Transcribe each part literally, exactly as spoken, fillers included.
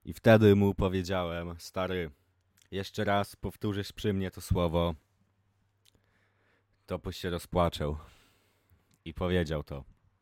I wtedy mu powiedziałem, stary, jeszcze raz powtórzysz przy mnie to słowo, to byś się rozpłaczał. I powiedział to.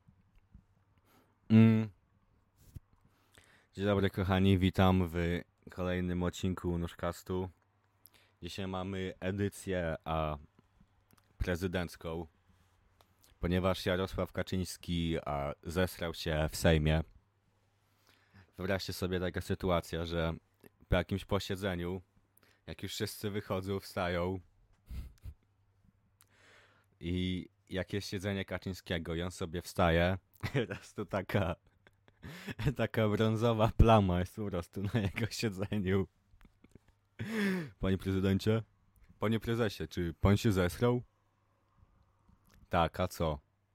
Mm. Dzień dobry kochani, witam w kolejnym odcinku Nóżkastu. Dzisiaj mamy edycję a prezydencką, ponieważ Jarosław Kaczyński a, zesrał się w Sejmie. Wyobraźcie sobie taka sytuacja, że po jakimś posiedzeniu, jak już wszyscy wychodzą, wstają i jak jest siedzenie Kaczyńskiego i on sobie wstaje, teraz to taka taka brązowa plama jest po prostu na jego siedzeniu. Panie prezydencie? Panie prezesie, czy pan się zesrał? Tak, a co?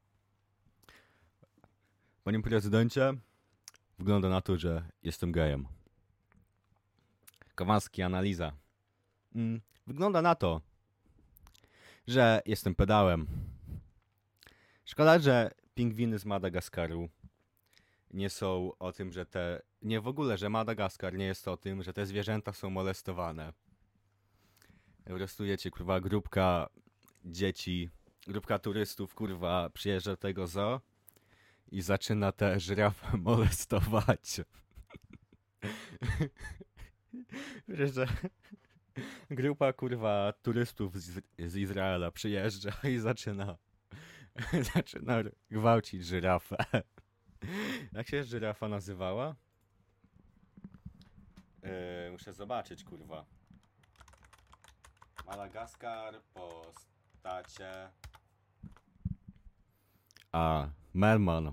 Panie prezydencie? Wygląda na to, że jestem gejem. Kowalski, analiza. Mm, wygląda na to, że jestem pedałem. Szkoda, że pingwiny z Madagaskaru nie są o tym, że te... Nie w ogóle, że Madagaskar nie jest o tym, że te zwierzęta są molestowane. Po prostu wiecie, kurwa, grupka dzieci, grupka turystów, kurwa, przyjeżdża do tego zoo i zaczyna te żyrafy molestować. Wiesz, że grupa, kurwa, turystów z, z Izraela przyjeżdża i zaczyna zaczyna gwałcić żyrafę. Jak się żyrafa nazywała? Yy, muszę zobaczyć, kurwa. Madagaskar, postacie... A, Melman.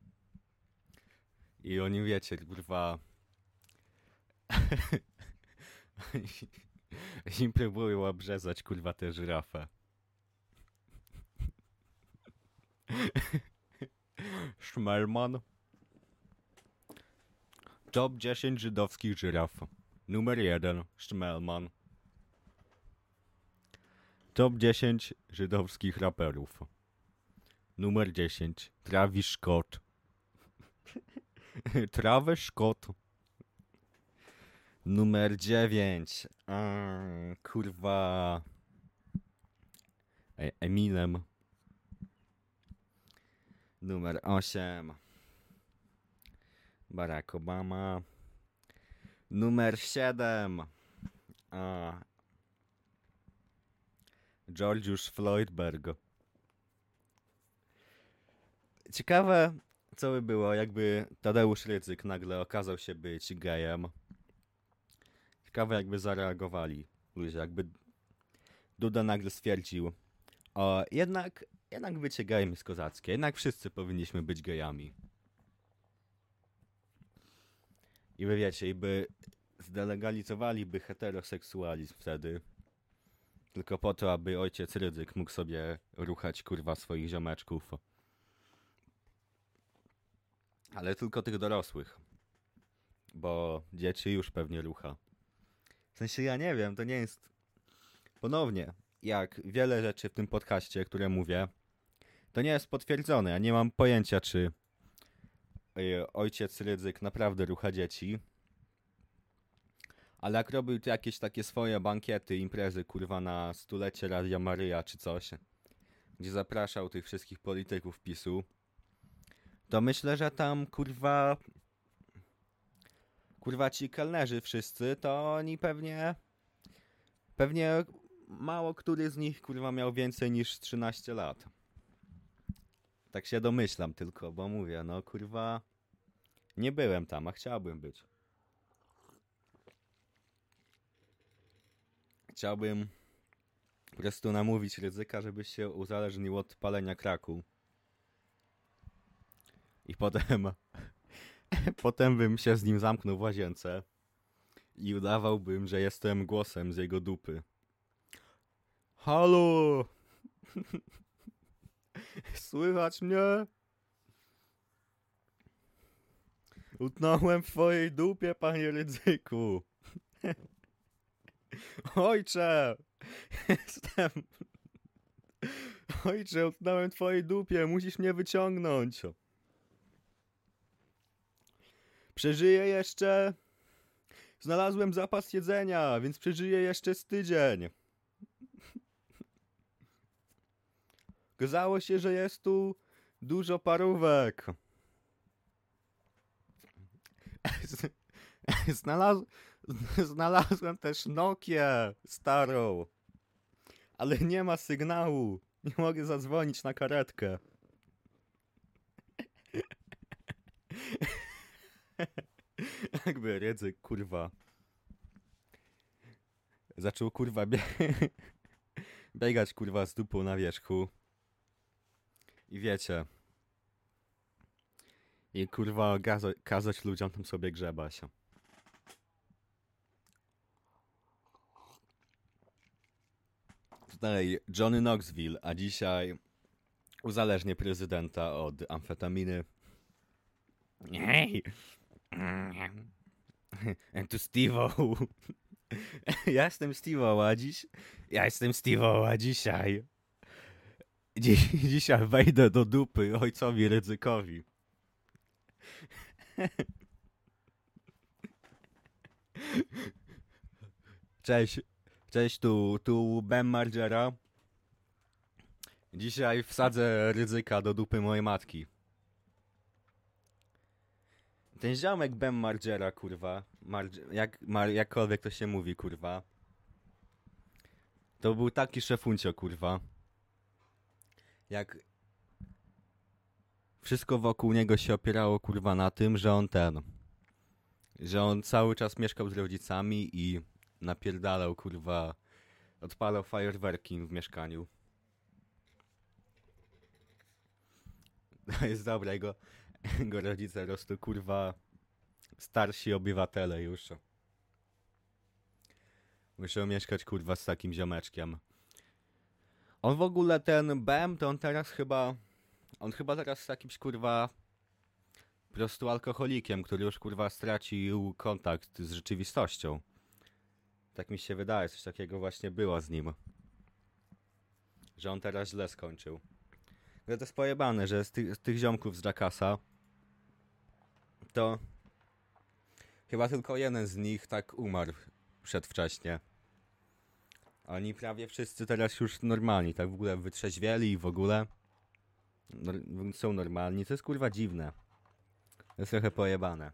I oni, wiecie, kurwa... Oni próbują obrzezać, kurwa, tę żyrafę. Szmelman. Top dziesięć żydowskich żyraf. Numer jeden. Szmelman. Top dziesięć żydowskich raperów. Numer dziesięć. Travis Scott. Travis Scott. Numer dziewięć. Mm, kurwa. E- Eminem. Numer osiem. Barack Obama. Numer siedem. A. Georgiusz Floydberg. Ciekawe, co by było, jakby Tadeusz Rydzyk nagle okazał się być gejem. Ciekawe, jakby zareagowali ludzie, jakby Duda nagle stwierdził, o, jednak, jednak bycie gejem jest kozackie, jednak wszyscy powinniśmy być gejami. I wy wiecie, i by zdelegalizowaliby heteroseksualizm wtedy, tylko po to, aby ojciec Rydzyk mógł sobie ruchać, kurwa, swoich ziomeczków. Ale tylko tych dorosłych. Bo dzieci już pewnie rucha. W sensie ja nie wiem, to nie jest... Ponownie, jak wiele rzeczy w tym podcaście, które mówię, to nie jest potwierdzone. Ja nie mam pojęcia, czy ojciec Rydzyk naprawdę rucha dzieci. Ale jak robił tu jakieś takie swoje bankiety, imprezy, kurwa, na stulecie Radia Maryja czy coś, gdzie zapraszał tych wszystkich polityków PiSu, to myślę, że tam, kurwa, kurwa ci kelnerzy wszyscy, to oni pewnie, pewnie mało który z nich, kurwa, miał więcej niż trzynaście lat. Tak się domyślam tylko, bo mówię, no kurwa, nie byłem tam, a chciałbym być. Chciałbym po prostu namówić Rydzyka, żeby się uzależnił od palenia kraku. I potem, potem bym się z nim zamknął w łazience i udawałbym, że jestem głosem z jego dupy. Halo! Słychać mnie? Utknąłem w twojej dupie, panie Rydzyku. Ojcze! Jestem... Ojcze, utknąłem w twojej dupie, musisz mnie wyciągnąć. Przeżyję jeszcze? Znalazłem zapas jedzenia, więc przeżyję jeszcze z tydzień. Okazało się, że jest tu dużo parówek. Znalaz... Znalazłem też Nokię starą. Ale nie ma sygnału. Nie mogę zadzwonić na karetkę. Jakby Rydzyk, kurwa. Zaczął, kurwa, bie... biegać, kurwa, z dupą na wierzchu. I wiecie. I, kurwa, gaza... kazać ludziom tam sobie grzebać. Tutaj Johnny Knoxville, a dzisiaj uzależnię prezydenta od amfetaminy. Hej! Tu Steve'o. Ja jestem Steve'o, a dziś... Ja jestem Steve'o, a dzisiaj... Dziś, dzisiaj wejdę do dupy ojcowi Rydzykowi. Cześć. Cześć, tu, tu Ben Margera. Dzisiaj wsadzę Rydzyka do dupy mojej matki. Ten ziomek Ben Margera, kurwa. Marge, jak, mar, jakkolwiek to się mówi, kurwa. To był taki szefuncio, kurwa. Jak... Wszystko wokół niego się opierało, kurwa, na tym, że on ten... Że on cały czas mieszkał z rodzicami i napierdalał, kurwa... Odpalał fajerwerki w mieszkaniu. To jest dobre, jego, jego rodzice po prostu, kurwa, starsi obywatele już. Muszą mieszkać, kurwa, z takim ziomeczkiem. On w ogóle, ten Bem, to on teraz chyba... On chyba teraz z jakimś, kurwa, po prostu alkoholikiem, który już, kurwa, stracił kontakt z rzeczywistością. Tak mi się wydaje, coś takiego właśnie było z nim. Że on teraz źle skończył. Ale to jest pojebane, że z, ty z tych ziomków z Jackassa to chyba tylko jeden z nich tak umarł przedwcześnie. Oni prawie wszyscy teraz już normalni, tak w ogóle wytrzeźwieli i w ogóle no, są normalni. To jest, kurwa, dziwne. To jest trochę pojebane.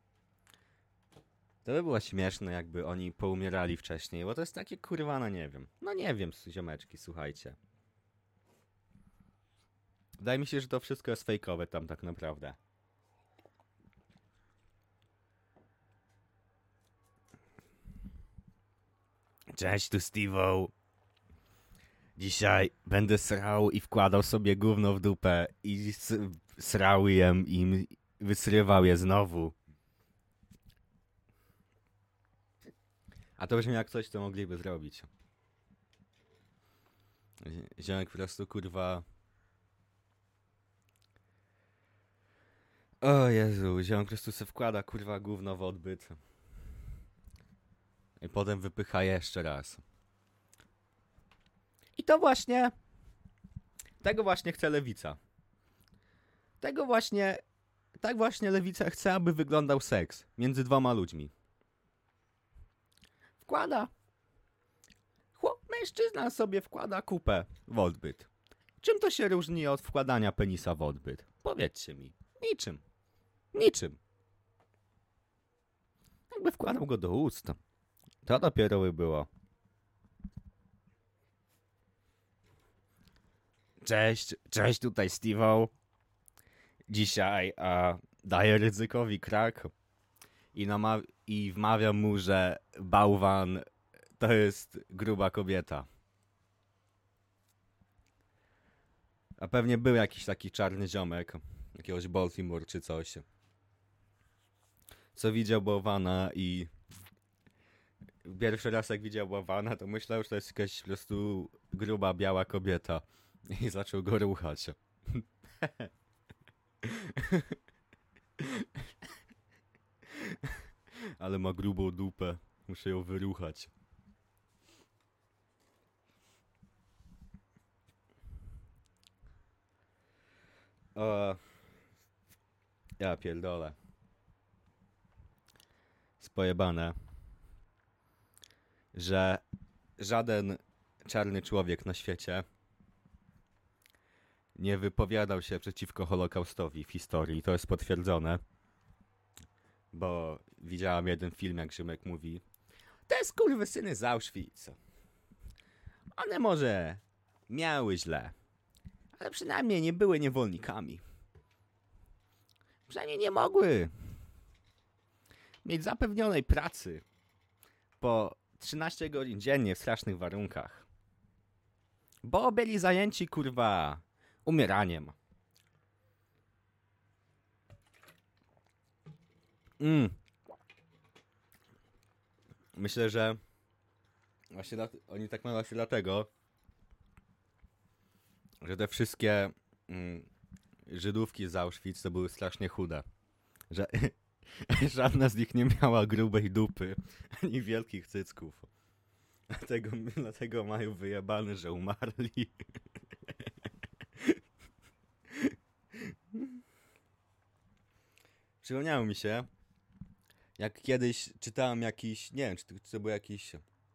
To by było śmieszne, jakby oni poumierali wcześniej, bo to jest takie, kurwa, no nie wiem. No nie wiem, ziomeczki, słuchajcie. Wydaje mi się, że to wszystko jest fejkowe tam tak naprawdę. Cześć, tu Steve'o. Dzisiaj będę srał i wkładał sobie gówno w dupę i srał jem i wysrywał je znowu. A to brzmi jak coś, co mogliby zrobić. Ziomek po prostu, kurwa... O Jezu, ziomek po prostu se wkłada, kurwa, gówno w odbyt. I potem wypycha jeszcze raz. I to właśnie... Tego właśnie chce lewica. Tego właśnie... Tak właśnie lewica chce, aby wyglądał seks między dwoma ludźmi. Wkłada. Chłop, mężczyzna sobie wkłada kupę w odbyt. Czym to się różni od wkładania penisa w odbyt? Powiedzcie mi. Niczym. Niczym. Jakby wkładał go do ust. To dopiero by było. Cześć, cześć, tutaj Steve'o. Dzisiaj a, daję Rydzykowi krak i, nama- i wmawiam mu, że bałwan to jest gruba kobieta. A pewnie był jakiś taki czarny ziomek, jakiegoś Baltimore czy coś, co widział bałwana i pierwszy raz jak widział bałwana, to myślał, że to jest jakaś po prostu gruba, biała kobieta i zaczął go ruchać. Ale ma grubą dupę, muszę ją wyruchać. O, ja pierdolę. Spojebane. że żaden czarny człowiek na świecie nie wypowiadał się przeciwko Holokaustowi w historii. To jest potwierdzone, bo widziałam jeden film, jak Rzymek mówi: te skurwysyny z Auschwitz, one może miały źle, ale przynajmniej nie były niewolnikami. Przynajmniej nie mogły mieć zapewnionej pracy po trzynaście godzin dziennie w strasznych warunkach. Bo byli zajęci, kurwa, umieraniem. Mm. Myślę, że właśnie dla, oni tak mają właśnie dlatego, że te wszystkie mm, Żydówki z Auschwitz to były strasznie chude. Że żadna z nich nie miała grubej dupy ani wielkich cycków. Dlatego, dlatego mają wyjebane, że umarli. Przypomniało mi się, jak kiedyś czytałem jakiś, nie wiem, czy to, czy to był jakiś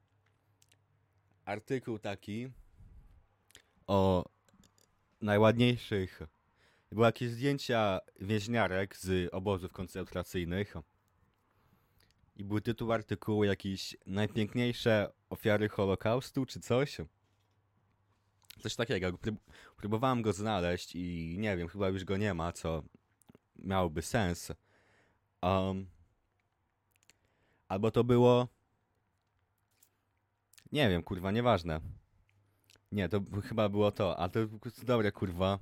artykuł taki o najładniejszych. Były jakieś zdjęcia więźniarek z obozów koncentracyjnych i był tytuł artykułu jakiś najpiękniejsze ofiary Holokaustu, czy coś. Coś takiego. Prób- próbowałem go znaleźć i nie wiem, chyba już go nie ma, co miałoby sens. Um, albo to było... Nie wiem, kurwa, nieważne. Nie, to b- chyba było to. A to jest dobre, kurwa,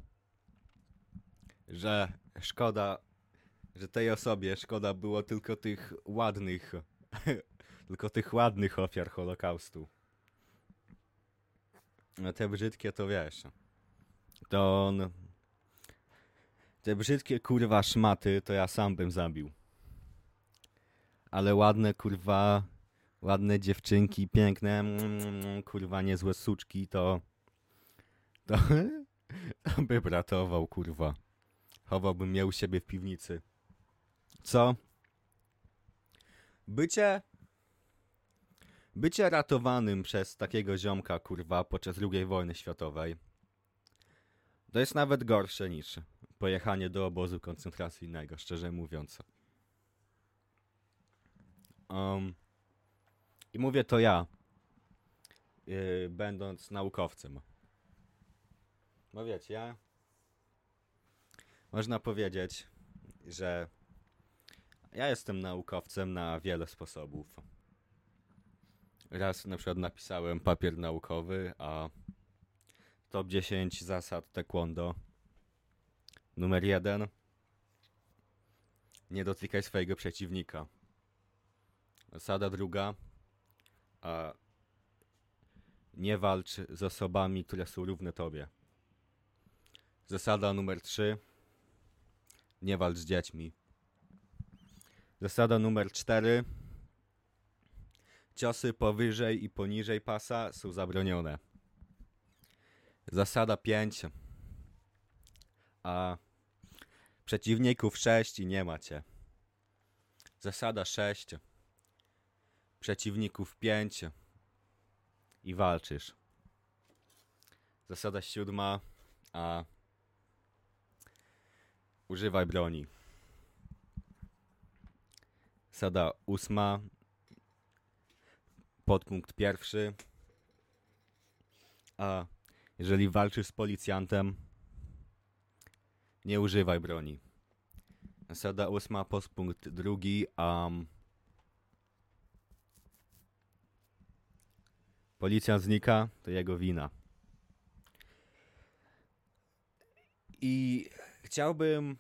że szkoda, że tej osobie szkoda było tylko tych ładnych, tylko tych ładnych ofiar Holokaustu. A te brzydkie to wiesz, to on, te brzydkie kurwa szmaty to ja sam bym zabił. Ale ładne kurwa, ładne dziewczynki, piękne, mm, mm, kurwa niezłe suczki, to, to, to by ratował, kurwa. Chowałbym je u siebie w piwnicy. Co? Bycie, bycie ratowanym przez takiego ziomka, kurwa, podczas drugiej wojny światowej, to jest nawet gorsze niż pojechanie do obozu koncentracyjnego, szczerze mówiąc. Um, I mówię to ja, yy, będąc naukowcem. No wiecie, ja... Można powiedzieć, że ja jestem naukowcem na wiele sposobów. Raz na przykład napisałem papier naukowy, a top dziesięć zasad taekwondo. Numer jeden. Nie dotykaj swojego przeciwnika. Zasada druga. A nie walcz z osobami, które są równe tobie. Zasada numer trzy. Nie walcz z dziećmi. Zasada numer cztery. Ciosy powyżej i poniżej pasa są zabronione. Zasada pięć. A przeciwników sześć i nie macie. Zasada sześć. Przeciwników pięć i walczysz. Zasada siódma. A używaj broni. Zasada ósma. Podpunkt pierwszy. A jeżeli walczysz z policjantem, nie używaj broni. Zasada ósma, podpunkt drugi. Um, policjant znika, to jego wina. I chciałbym...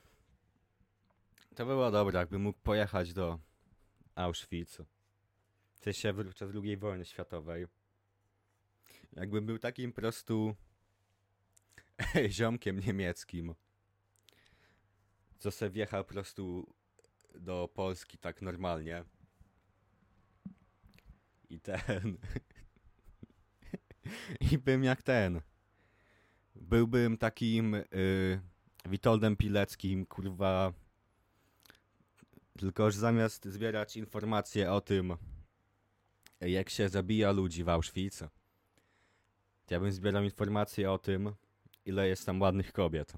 To było dobre, jakbym mógł pojechać do Auschwitz. W sensie podczas drugiej wojny światowej. Jakbym był takim po prostu ziomkiem niemieckim, co se wjechał po prostu do Polski tak normalnie. I ten... I bym jak ten... Byłbym takim y, Witoldem Pileckim, kurwa... Tylko że zamiast zbierać informacje o tym, jak się zabija ludzi w Auschwitz. Ja bym zbierał informacje o tym, ile jest tam ładnych kobiet.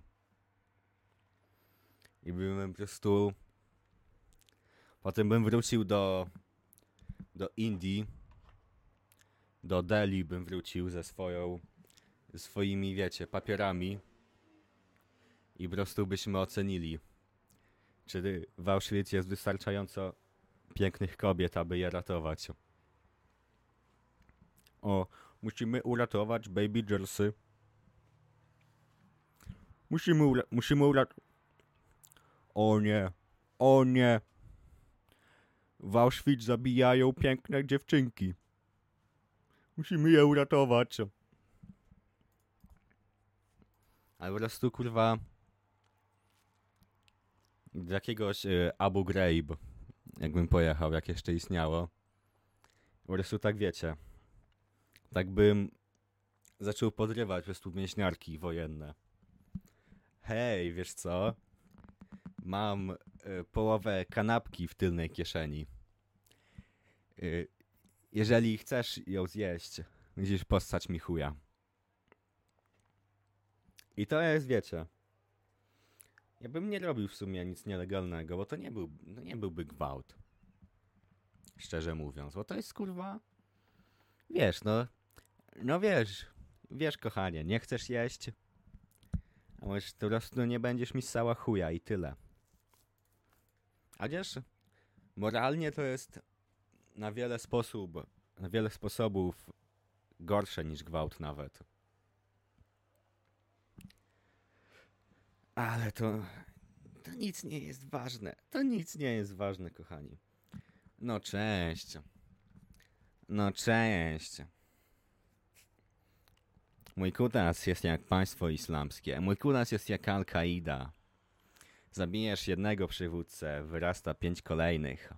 I bym po prostu... Potem bym wrócił do... do Indii. Do Delhi bym wrócił ze swoją... swoimi, wiecie, papierami. I po prostu byśmy ocenili, czy w Auschwitz jest wystarczająco pięknych kobiet, aby je ratować. O, musimy uratować baby Jersey. Musimy ura- musimy uratować... O nie, o nie. W Auschwitz zabijają piękne dziewczynki. Musimy je uratować. Ale po prostu, kurwa... z jakiegoś y, Abu Ghraib, jakbym pojechał, jak jeszcze istniało. Po prostu tak wiecie. Tak bym zaczął podrywać po prostu więźniarki wojenne. Hej, wiesz co? Mam y, połowę kanapki w tylnej kieszeni. Y, jeżeli chcesz ją zjeść, musisz postać mi chuja. I to jest, wiecie... Ja bym nie robił w sumie nic nielegalnego, bo to nie, był, no nie byłby gwałt. Szczerze mówiąc, bo to jest kurwa... Wiesz, no... No wiesz, wiesz kochanie, nie chcesz jeść, a może po prostu nie będziesz mi ssała chuja i tyle. A wiesz, moralnie to jest na wiele sposób, na wiele sposobów gorsze niż gwałt nawet. Ale to... To nic nie jest ważne. To nic nie jest ważne, kochani. No cześć. No cześć. Mój kutas jest jak państwo islamskie. Mój kutas jest jak Al-Kaida. Zabijesz jednego przywódcę, wyrasta pięć kolejnych.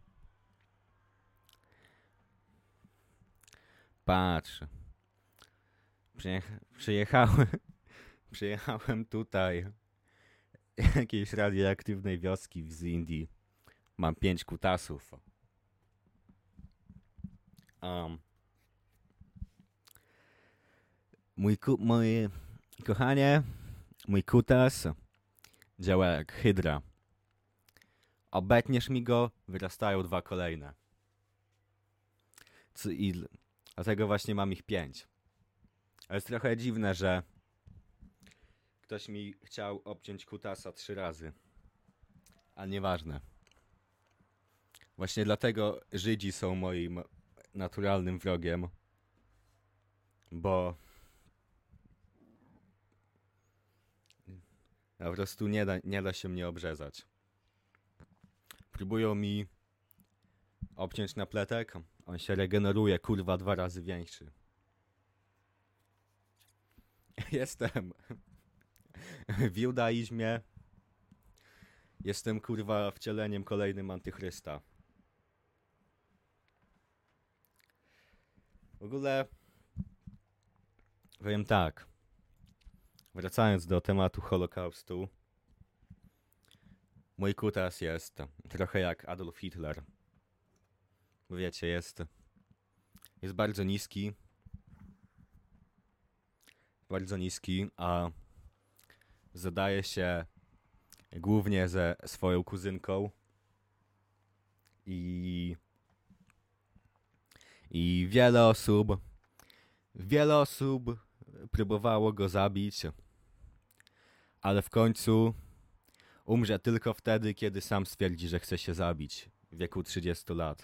Patrz. Przyjecha- przyjechałem... Przyjechałem tutaj... jakiejś radioaktywnej wioski z Indii. Mam pięć kutasów. Um, mój, ku, mój, kochanie, mój kutas działa jak hydra. Obetniesz mi go, wyrastają dwa kolejne. Co, i, dlatego właśnie mam ich pięć. Ale jest trochę dziwne, że ktoś mi chciał obciąć kutasa trzy razy. Ale nieważne. Właśnie dlatego Żydzi są moim naturalnym wrogiem. Bo... po prostu nie da, nie da się mnie obrzezać. Próbują mi obciąć napletek. On się regeneruje, kurwa, dwa razy większy. Jestem... w judaizmie jestem kurwa wcieleniem kolejnym antychrysta. W ogóle powiem tak, wracając do tematu Holokaustu, mój kutas jest trochę jak Adolf Hitler. Bo wiecie, jest jest bardzo niski, bardzo niski, a zadaje się głównie ze swoją kuzynką i i wiele osób wiele osób próbowało go zabić, ale w końcu umrze tylko wtedy, kiedy sam stwierdzi, że chce się zabić w wieku trzydziestu lat.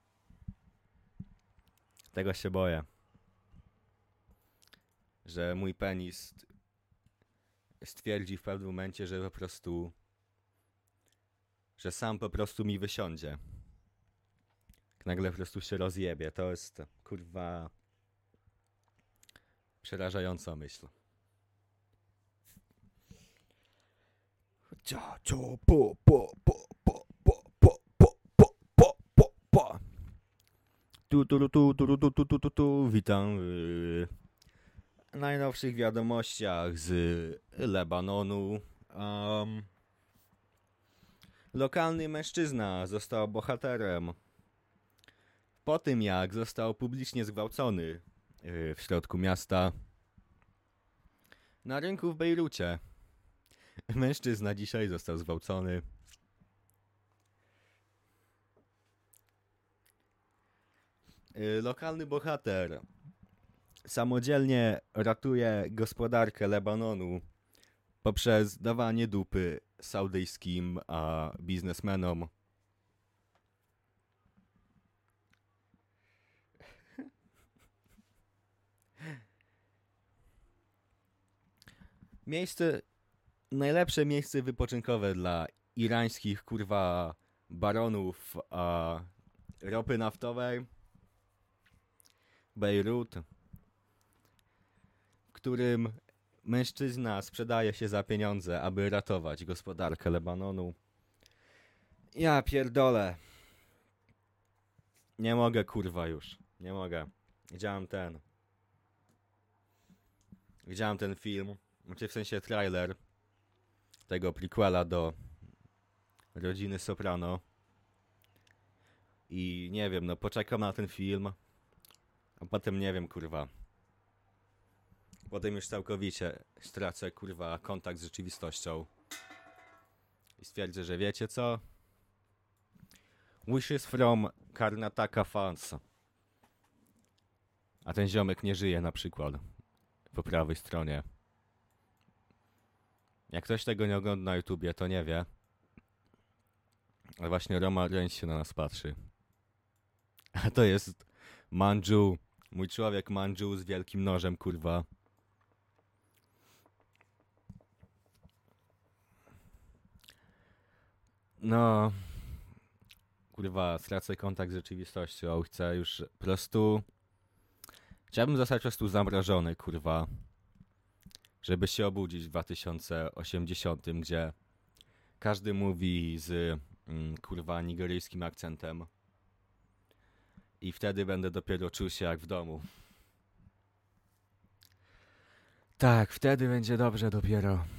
Tego się boję, że mój penis stwierdzi w pewnym momencie, że po prostu, że sam po prostu mi wysiądzie. Nagle po prostu się rozjebie. To jest, kurwa, przerażająca myśl. Cia, cio, po, po, po, po, po, po, po, po, po, po, po. Tu, tu, tu, tu, tu, tu, tu, tu, tu, tu. Witam w najnowszych wiadomościach z Lebanonu. Um, lokalny mężczyzna został bohaterem po tym jak został publicznie zgwałcony yy, w środku miasta na rynku w Bejrucie. Mężczyzna dzisiaj został zgwałcony. Yy, lokalny bohater samodzielnie ratuje gospodarkę Lebanonu poprzez dawanie dupy saudyjskim a biznesmenom. Miejsce, najlepsze miejsce wypoczynkowe dla irańskich kurwa baronów a ropy naftowej. Bejrut, w którym mężczyzna sprzedaje się za pieniądze, aby ratować gospodarkę Lebanonu. Ja pierdolę. Nie mogę, kurwa, już. Nie mogę. Widziałem ten. Widziałem ten film. Znaczy w sensie trailer tego prequela do Rodziny Soprano. I nie wiem, no poczekam na ten film. A potem nie wiem, kurwa. Potem już całkowicie stracę, kurwa, kontakt z rzeczywistością. I stwierdzę, że wiecie co? Wishes from Karnataka Fans. A ten ziomek nie żyje na przykład. Po prawej stronie. Jak ktoś tego nie ogląda na YouTubie, to nie wie. Ale właśnie Roma Reigns się na nas patrzy. A to jest Manju. Mój człowiek Manju z wielkim nożem, kurwa. No, kurwa, stracę kontakt z rzeczywistością. Chcę już po prostu... Chciałbym zostać po prostu zamrożony, kurwa. Żeby się obudzić w dwa tysiące osiemdziesiątym, gdzie każdy mówi z, mm, kurwa, nigeryjskim akcentem. I wtedy będę dopiero czuł się jak w domu. Tak, wtedy będzie dobrze dopiero.